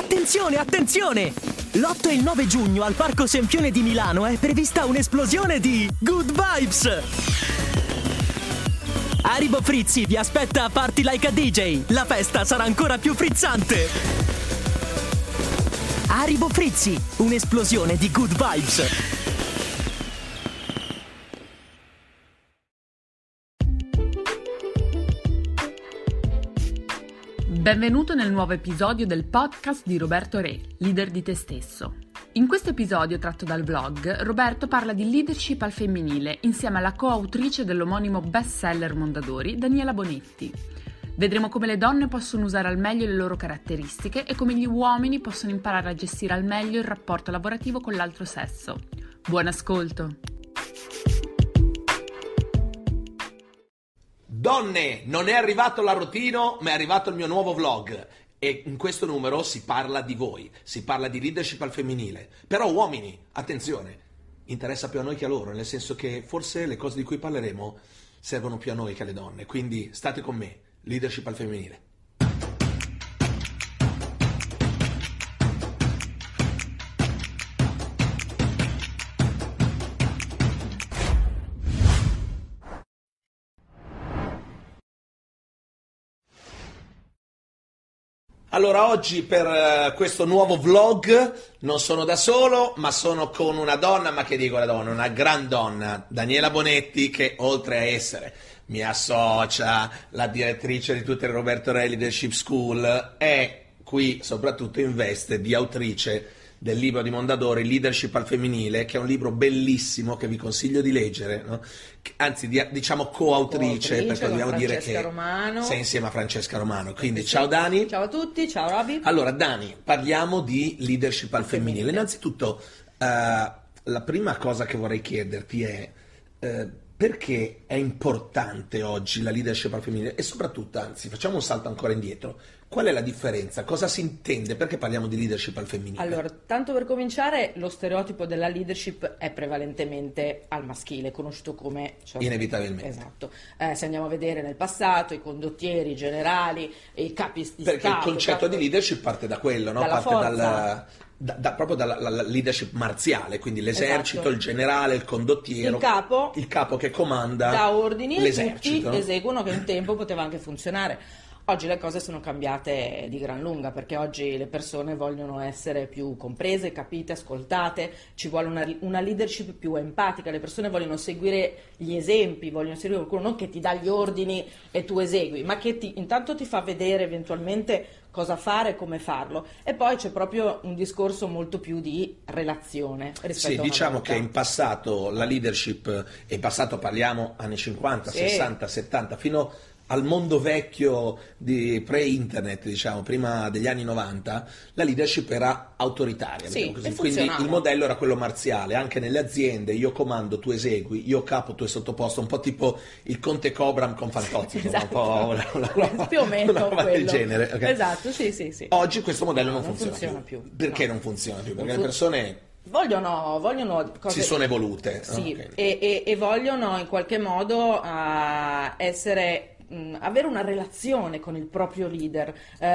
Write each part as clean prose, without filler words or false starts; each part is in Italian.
Attenzione, attenzione! L'8 e il 9 giugno al Parco Sempione di Milano è prevista un'esplosione di Good Vibes! Haribo Frizzi vi aspetta a Party Like a DJ. La festa sarà ancora più frizzante! Haribo Frizzi, un'esplosione di Good Vibes! Benvenuto nel nuovo episodio del podcast di Roberto Re, leader di te stesso. In questo episodio tratto dal vlog, Roberto parla di leadership al femminile insieme alla coautrice dell'omonimo bestseller Mondadori, Daniela Bonetti. Vedremo come le donne possono usare al meglio le loro caratteristiche e come gli uomini possono imparare a gestire al meglio il rapporto lavorativo con l'altro sesso. Buon ascolto! Donne, non è arrivato l'arrotino, ma è arrivato il mio nuovo vlog. E in questo numero si parla di voi, si parla di leadership al femminile. Però uomini, attenzione, interessa più a noi che a loro, nel senso che forse le cose di cui parleremo servono più a noi che alle donne. Quindi state con me, leadership al femminile. Allora, oggi per questo nuovo vlog non sono da solo, ma sono con una donna, ma che dico la donna, una gran donna, Daniela Bonetti, che oltre a essere mia socia, la direttrice di tutte le Roberto Re Leadership School, è qui soprattutto in veste di autrice del libro di Mondadori, Leadership al femminile, che è un libro bellissimo che vi consiglio di leggere, no? Anzi diciamo coautrice, perché dobbiamo dire che Romano. sei insieme a Francesca Romano. Quindi ciao Dani. Ciao a tutti, ciao Roby. Allora Dani, parliamo di leadership al femminile. Innanzitutto la prima cosa che vorrei chiederti è perché è importante oggi la leadership al femminile e soprattutto, anzi facciamo un salto ancora indietro, qual è la differenza? Cosa si intende? Perché parliamo di leadership al femminile? Allora, tanto per cominciare, lo stereotipo della leadership è prevalentemente al maschile, conosciuto come... Inevitabilmente. Esatto. Se andiamo a vedere nel passato, i condottieri, i generali, i capi di Perché Stato... il concetto di leadership parte da quello, no? Dalla Parte proprio dalla leadership marziale, quindi l'esercito, Esatto. Il generale, il condottiero, il capo che comanda dà ordini e l'esercito, tutti eseguono, che un tempo poteva anche funzionare. Oggi le cose sono cambiate di gran lunga, perché oggi le persone vogliono essere più comprese, capite, ascoltate, ci vuole una leadership più empatica, le persone vogliono seguire gli esempi, vogliono seguire qualcuno non che ti dà gli ordini e tu esegui, ma che intanto ti fa vedere eventualmente cosa fare e come farlo. E poi c'è proprio un discorso molto più di relazione rispetto a una diciamo volta. che in passato la leadership, e in passato parliamo anni 50, 60, 70, fino al mondo vecchio di pre-internet, diciamo, prima degli anni 90, la leadership era autoritaria, sì, così. Quindi il modello era quello marziale, anche nelle aziende io comando, tu esegui, io capo, tu è sottoposto, un po' tipo il Conte Cobram con Fantozzi, esatto. un po' più o meno una roba del genere. Okay. Esatto, sì. Oggi questo modello non funziona più. Perché no. non funziona più? Perché le persone... Vogliono cose... Si sono evolute. Sì, okay. e vogliono in qualche modo avere una relazione con il proprio leader,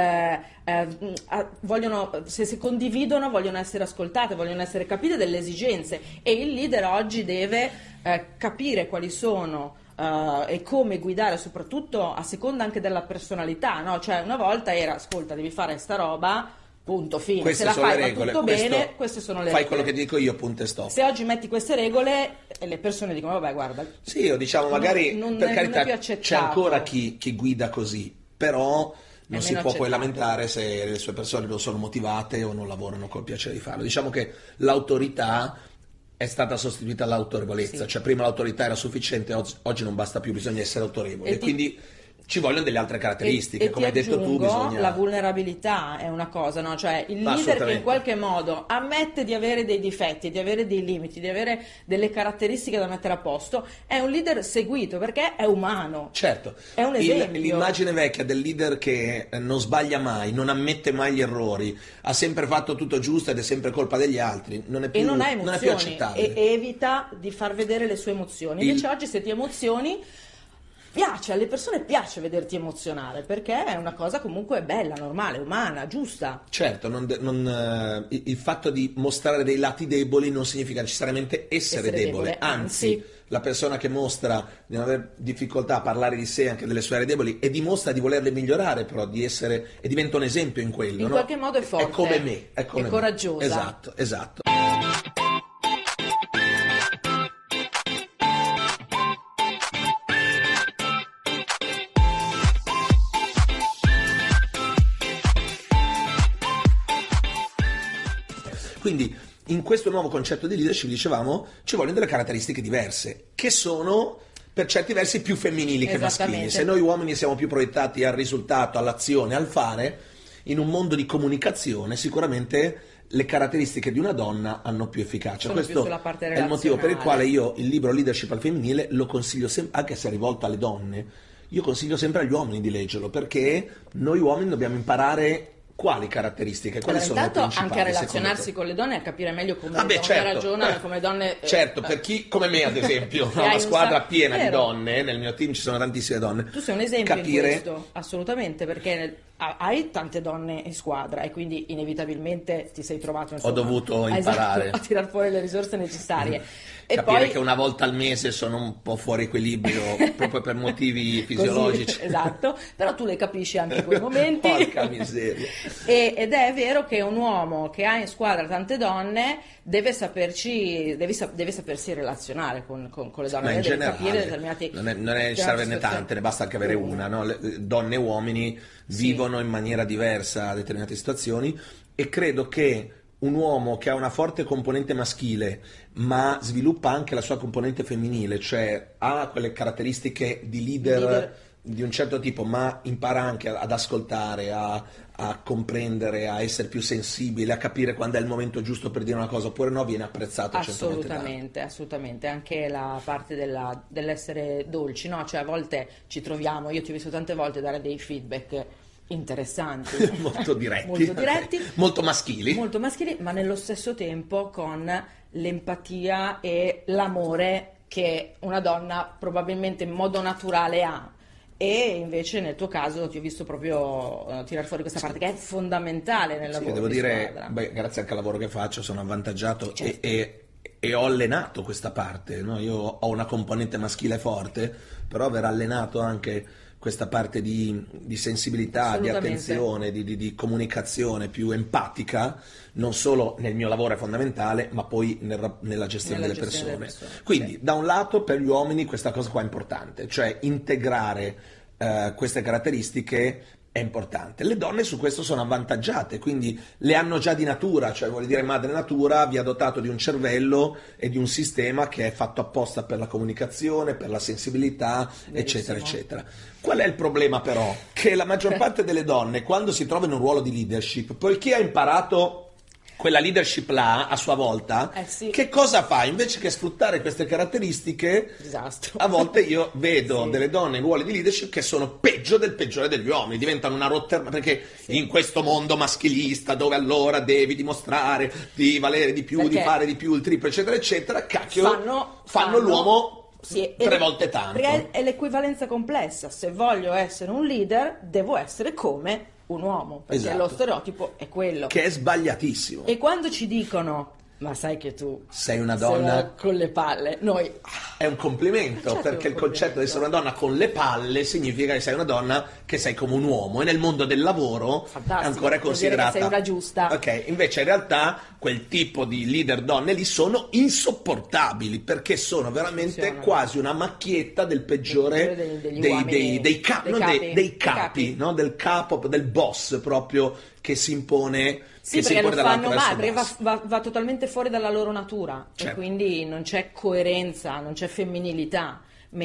se si condividono vogliono essere ascoltate, vogliono essere capite delle esigenze, e il leader oggi deve capire quali sono e come guidare, soprattutto a seconda anche della personalità, no? Cioè una volta era, ascolta, devi fare sta roba, punto, fine. Queste se la sono fai le regole. va tutto bene, queste sono le fai regole. quello che dico io, punto e stop. Se oggi metti queste regole e le persone dicono vabbè guarda, sì, io diciamo magari per carità più accettato. C'è ancora chi guida così, però non si può poi accettato. lamentare se le sue persone non sono motivate o non lavorano col piacere di farlo. Diciamo che l'autorità è stata sostituita dall'autorevolezza, sì. Cioè prima l'autorità era sufficiente, oggi non basta più, bisogna essere autorevoli e quindi ci vogliono delle altre caratteristiche, come hai detto tu, bisogna... La vulnerabilità è una cosa, no? Cioè il leader che in qualche modo ammette di avere dei difetti, di avere dei limiti, di avere delle caratteristiche da mettere a posto, è un leader seguito perché è umano. Certo, è un esempio. L'immagine vecchia del leader che non sbaglia mai, non ammette mai gli errori, ha sempre fatto tutto giusto ed è sempre colpa degli altri, non è più, non ha emozioni, non è più accettabile. E evita di far vedere le sue emozioni. Invece oggi se ti emozioni piace, alle persone piace vederti emozionare, perché è una cosa comunque bella, normale, umana, giusta. Certo, il fatto di mostrare dei lati deboli non significa necessariamente essere debole, anzi, la persona che mostra di non avere difficoltà a parlare di sé, anche delle sue aree deboli, e dimostra di volerle migliorare, però e diventa un esempio in quello. In qualche modo è forte. È come me. È coraggiosa. Esatto. Quindi in questo nuovo concetto di leadership, dicevamo, ci vogliono delle caratteristiche diverse, che sono per certi versi più femminili che maschili. Se noi uomini siamo più proiettati al risultato, all'azione, al fare, in un mondo di comunicazione sicuramente le caratteristiche di una donna hanno più efficacia. Questo è il motivo per il quale io il libro Leadership al femminile lo consiglio sempre, anche se è rivolto alle donne. Io consiglio sempre agli uomini di leggerlo, perché noi uomini dobbiamo imparare quali caratteristiche, quali sono le principali. Anche a relazionarsi con le donne, a capire meglio come le donne ragionano, come le donne... Certo, per chi come me ad esempio, ho una squadra piena di donne, nel mio team ci sono tantissime donne. Tu sei un esempio in questo, assolutamente, perché hai tante donne in squadra e quindi inevitabilmente ti sei trovato, insomma, ho dovuto imparare a tirar fuori le risorse necessarie. E capire poi... che una volta al mese sono un po' fuori equilibrio proprio per motivi fisiologici. Così, esatto, però tu le capisci anche in quei momenti. Porca miseria. Ed è vero che un uomo che ha in squadra tante donne deve sapersi relazionare con le donne. Ma in deve generale capire determinati... non è necessariamente tante, ne basta anche avere una, no? Donne e uomini vivono in maniera diversa determinate situazioni, e credo che un uomo che ha una forte componente maschile ma sviluppa anche la sua componente femminile, cioè ha quelle caratteristiche di leader di un certo tipo, ma impara anche ad ascoltare, a comprendere, a essere più sensibile, a capire quando è il momento giusto per dire una cosa oppure no, viene apprezzato. Assolutamente, anche la parte dell'essere dolci, no? Cioè a volte ci troviamo, io ti ho visto tante volte dare dei feedback interessanti, molto diretti, molto maschili, ma nello stesso tempo con l'empatia e l'amore che una donna probabilmente in modo naturale ha. E invece nel tuo caso ti ho visto proprio tirar fuori questa parte che è fondamentale nel lavoro. Devo dire, grazie anche al lavoro che faccio sono avvantaggiato, certo. e ho allenato questa parte, no? Io ho una componente maschile forte, però aver allenato anche questa parte di sensibilità, di attenzione, di comunicazione più empatica, non solo nel mio lavoro è fondamentale, ma poi nella gestione delle persone. Quindi, da un lato, per gli uomini questa cosa qua è importante, cioè integrare queste caratteristiche è importante. Le donne su questo sono avvantaggiate, quindi le hanno già di natura, cioè vuol dire madre natura vi ha dotato di un cervello e di un sistema che è fatto apposta per la comunicazione, per la sensibilità, eccetera, eccetera. Qual è il problema però? Che la maggior parte delle donne, quando si trova in un ruolo di leadership, poiché ha imparato quella leadership là a sua volta, che cosa fa? Invece che sfruttare queste caratteristiche, disastro. A volte io vedo delle donne in ruoli di leadership che sono peggio del peggiore degli uomini, diventano una Rotterdam, perché in questo mondo maschilista dove allora devi dimostrare di valere di più, di fare di più, il triplo, eccetera, eccetera, cacchio, fanno l'uomo 3 volte tanto. Perché è l'equivalenza complessa, se voglio essere un leader devo essere come un uomo, perché lo stereotipo è quello. Che è sbagliatissimo. E quando ci dicono ma sai che tu sei una donna con le palle, noi è un complimento, perché il concetto di essere una donna con le palle significa che sei una donna che sei come un uomo, e nel mondo del lavoro ancora è considerata, sei una giusta. Ok, invece in realtà quel tipo di leader donne lì sono insopportabili, perché sono veramente quasi una macchietta del peggiore dei capi, no? Del capo, del boss proprio che si impone. Sì, perché lo fanno male, perché va totalmente fuori dalla loro natura, certo. E quindi non c'è coerenza, non c'è femminilità,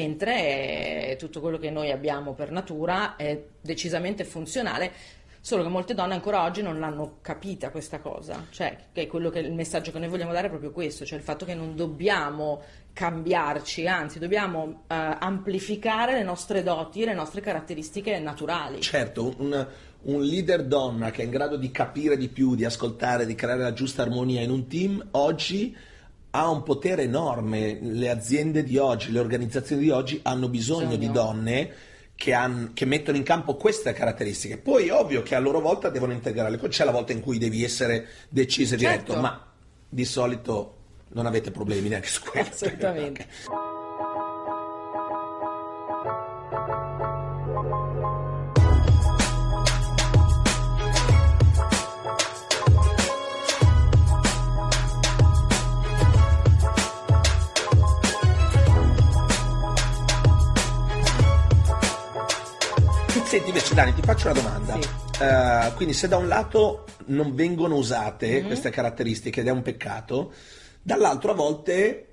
mentre tutto quello che noi abbiamo per natura è decisamente funzionale, solo che molte donne ancora oggi non l'hanno capita questa cosa, cioè che il messaggio che noi vogliamo dare è proprio questo, cioè il fatto che non dobbiamo cambiarci, anzi dobbiamo amplificare le nostre doti e le nostre caratteristiche naturali. Certo, un leader donna che è in grado di capire di più, di ascoltare, di creare la giusta armonia in un team, oggi ha un potere enorme. Le aziende di oggi, le organizzazioni di oggi hanno bisogno di donne che mettono in campo queste caratteristiche. Poi è ovvio che a loro volta devono integrarle. Poi c'è la volta in cui devi essere decisa diretto, ma di solito non avete problemi neanche su quello. Assolutamente. Senti invece Dani, ti faccio una domanda. Sì. Quindi se da un lato non vengono usate queste caratteristiche ed è un peccato, dall'altro a volte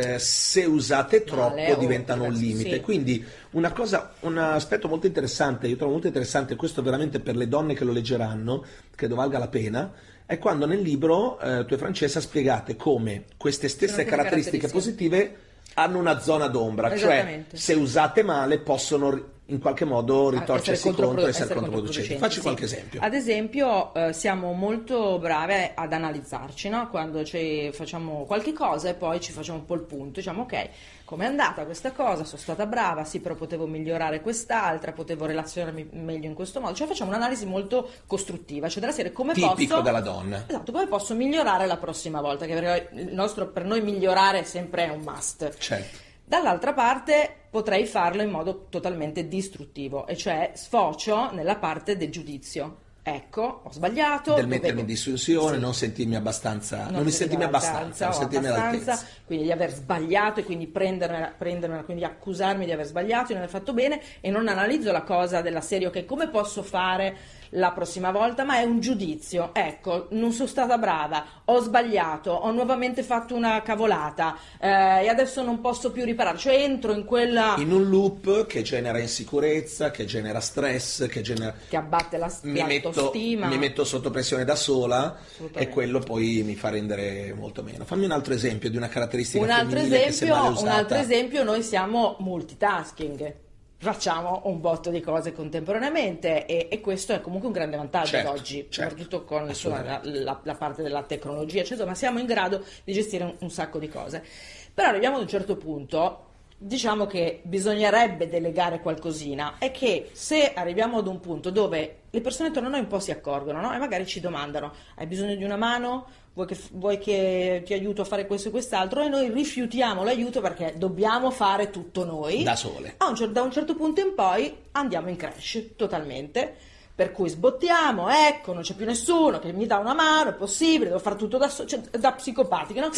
se usate troppo diventano un limite. Sì. Quindi un aspetto molto interessante, io trovo molto interessante, questo veramente per le donne che lo leggeranno, credo valga la pena, è quando nel libro tu e Francesca spiegate come queste stesse caratteristiche positive hanno una zona d'ombra, cioè se usate male possono in qualche modo ritorcersi contro e essere controproducenti. Facci qualche esempio. Ad esempio siamo molto brave ad analizzarci, no? Quando facciamo qualche cosa e poi ci facciamo un po' il punto, diciamo ok, com'è andata questa cosa, sono stata brava, sì, però potevo migliorare quest'altra, potevo relazionarmi meglio in questo modo, cioè facciamo un'analisi molto costruttiva, cioè della serie come tipico posso, della donna. Esatto, come posso migliorare la prossima volta, che per noi migliorare sempre è un must. Certo. Dall'altra parte potrei farlo in modo totalmente distruttivo, e cioè sfocio nella parte del giudizio. Ecco, ho sbagliato. Del mettermi in discussione, non sentirmi abbastanza, non mi sentirmi abbastanza, non sentirmi all'altezza. Quindi di aver sbagliato e quindi prendermela, quindi accusarmi di aver sbagliato, di non aver fatto bene, e non analizzo la cosa della serie, ok, come posso fare la prossima volta, ma è un giudizio. Ecco, non sono stata brava, ho sbagliato, ho nuovamente fatto una cavolata e adesso non posso più riparare, cioè entro in un loop che genera insicurezza, che genera stress, che abbatte l'autostima. Mi metto sotto pressione da sola e quello poi mi fa rendere molto meno. Fammi un altro esempio di una caratteristica femminile che se male usata. Un altro esempio, noi siamo multitasking. Facciamo un botto di cose contemporaneamente e questo è comunque un grande vantaggio ad oggi, soprattutto con la parte della tecnologia, eccetera, ma siamo in grado di gestire un sacco di cose. Però arriviamo ad un certo punto, diciamo che bisognerebbe delegare qualcosina, è che se arriviamo ad un punto dove le persone attorno a noi un po' si accorgono, no? E magari ci domandano: hai bisogno di una mano? Vuoi che ti aiuto a fare questo e quest'altro? E noi rifiutiamo l'aiuto perché dobbiamo fare tutto noi da sole. Da un certo punto in poi andiamo in crash totalmente, per cui sbottiamo, ecco, non c'è più nessuno che mi dà una mano, è possibile, devo fare tutto da solo, cioè, da psicopatica, no? Che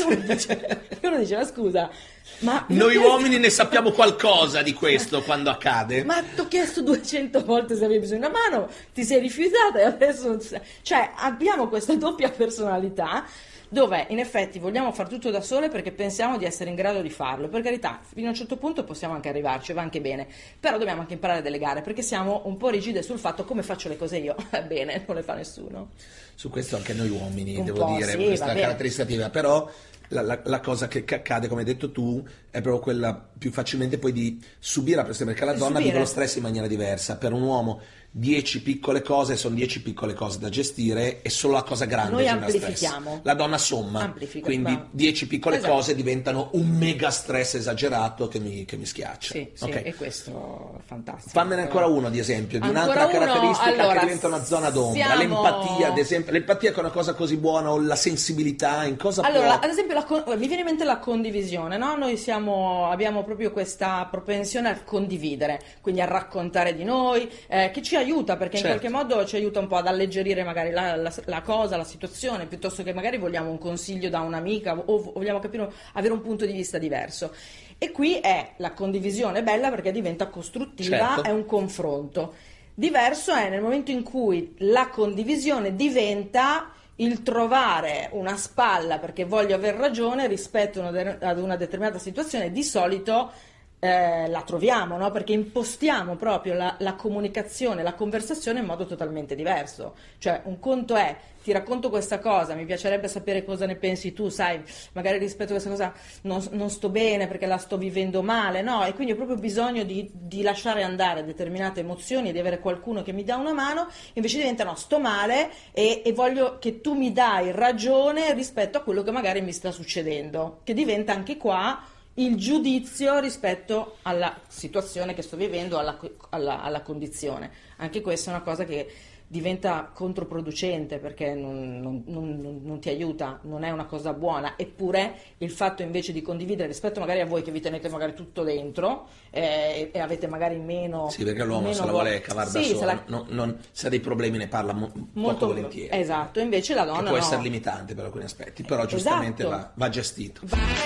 uno dice, ma scusa, ma noi uomini ne sappiamo qualcosa di questo quando accade. Ma ti ho chiesto 200 volte se avevi bisogno di una mano, ti sei rifiutata e adesso non ti sei... Cioè abbiamo questa doppia personalità dove in effetti vogliamo far tutto da sole perché pensiamo di essere in grado di farlo. Per carità, fino a un certo punto possiamo anche arrivarci, va anche bene, però dobbiamo anche imparare a delegare, perché siamo un po' rigide sul fatto: come faccio le cose io? Bene, non le fa nessuno. Su questo anche noi uomini, un devo dire, sì, questa caratteristica, però la cosa che accade, come hai detto tu, è proprio quella più facilmente poi di subire la pressione, perché la donna vive lo stress in maniera diversa. Per un uomo 10 piccole cose sono 10 piccole cose da gestire e solo la cosa grande genera stress. La donna somma, quindi 10 piccole cose diventano un mega stress esagerato che mi schiaccia. Sì, okay. E questo è fantastico. Fammene ancora uno di esempio, di un'altra caratteristica che diventa una zona d'ombra. L'empatia, ad esempio. L'empatia è una cosa così buona, o la sensibilità, in cosa allora, ad esempio, mi viene in mente la condivisione, no? Noi abbiamo proprio questa propensione a condividere, quindi a raccontare di noi, che ci aiuta, perché in qualche modo ci aiuta un po' ad alleggerire magari la cosa, la situazione, piuttosto che magari vogliamo un consiglio da un'amica o vogliamo avere un punto di vista diverso. E qui è la condivisione bella perché diventa costruttiva, è un confronto. Diverso è nel momento in cui la condivisione diventa il trovare una spalla perché voglio aver ragione rispetto ad una determinata situazione. Di solito la troviamo, no? Perché impostiamo proprio la comunicazione, la conversazione in modo totalmente diverso. Cioè, un conto è: ti racconto questa cosa, mi piacerebbe sapere cosa ne pensi tu, sai, magari rispetto a questa cosa non sto bene perché la sto vivendo male, no? E quindi ho proprio bisogno di lasciare andare determinate emozioni e di avere qualcuno che mi dà una mano. Invece diventa: no, sto male e voglio che tu mi dai ragione rispetto a quello che magari mi sta succedendo, che diventa anche qua il giudizio rispetto alla situazione che sto vivendo, alla condizione. Anche questa è una cosa che diventa controproducente, perché non ti aiuta, non è una cosa buona. Eppure il fatto invece di condividere, rispetto magari a voi che vi tenete magari tutto dentro e avete magari meno... Sì, perché l'uomo se la vuole cavare da solo, se ha dei problemi ne parla molto volentieri. Esatto, invece la donna che può essere limitante per alcuni aspetti, però giustamente va gestito.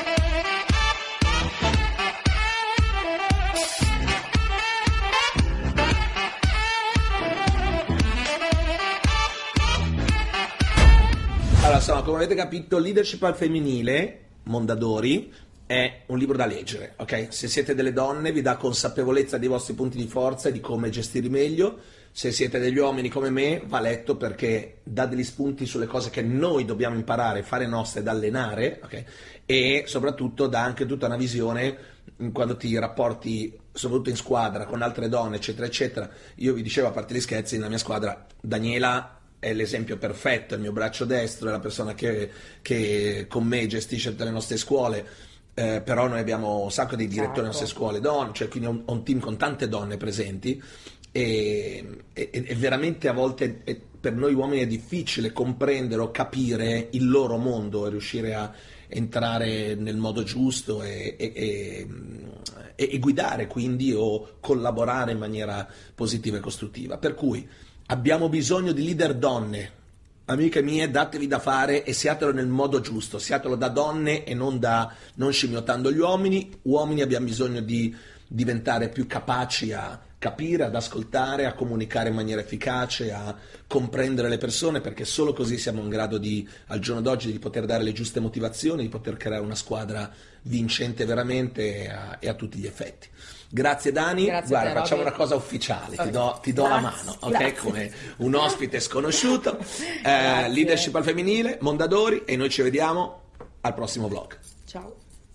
Allora, insomma, come avete capito, Leadership al femminile, Mondadori, è un libro da leggere, ok? Se siete delle donne vi dà consapevolezza dei vostri punti di forza e di come gestirli meglio. Se siete degli uomini come me, va letto perché dà degli spunti sulle cose che noi dobbiamo imparare, fare nostre ed allenare, ok? E soprattutto dà anche tutta una visione quando ti rapporti, soprattutto in squadra, con altre donne, eccetera, eccetera. Io vi dicevo, a parte gli scherzi, nella mia squadra Daniela è l'esempio perfetto, è il mio braccio destro, è la persona che con me gestisce tutte le nostre scuole, però noi abbiamo un sacco di direttori delle nostre scuole donne, cioè quindi ho un team con tante donne presenti e veramente a volte per noi uomini è difficile comprendere o capire il loro mondo e riuscire a entrare nel modo giusto e guidare quindi o collaborare in maniera positiva e costruttiva. Per cui abbiamo bisogno di leader donne, amiche mie, datevi da fare e siatelo nel modo giusto, siatelo da donne e non scimmiottando gli uomini. Uomini abbiamo bisogno di diventare più capaci a capire, ad ascoltare, a comunicare in maniera efficace, a comprendere le persone, perché solo così siamo in grado al giorno d'oggi di poter dare le giuste motivazioni, di poter creare una squadra vincente veramente e a tutti gli effetti. Grazie Dani, guarda, facciamo una cosa ufficiale, ti do la mano, ok? Come un ospite sconosciuto. Leadership al femminile, Mondadori, e noi ci vediamo al prossimo vlog. Ciao.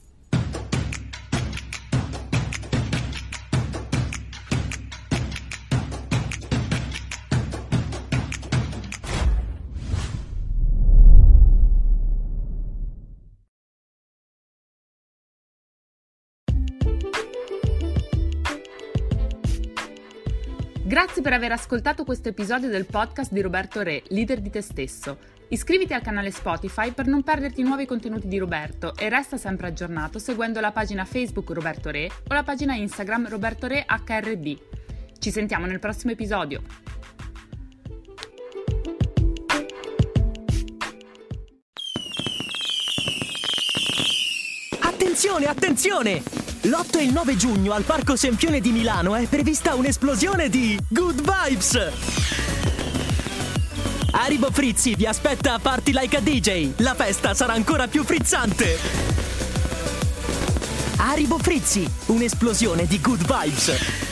Grazie per aver ascoltato questo episodio del podcast di Roberto Re, Leader di te stesso. Iscriviti al canale Spotify per non perderti nuovi contenuti di Roberto e resta sempre aggiornato seguendo la pagina Facebook Roberto Re o la pagina Instagram Roberto Re HRD. Ci sentiamo nel prossimo episodio. Attenzione, attenzione! L'8 e il 9 giugno al Parco Sempione di Milano è prevista un'esplosione di Good Vibes! Haribo Frizzi vi aspetta a Party Like a DJ! La festa sarà ancora più frizzante! Haribo Frizzi, un'esplosione di Good Vibes!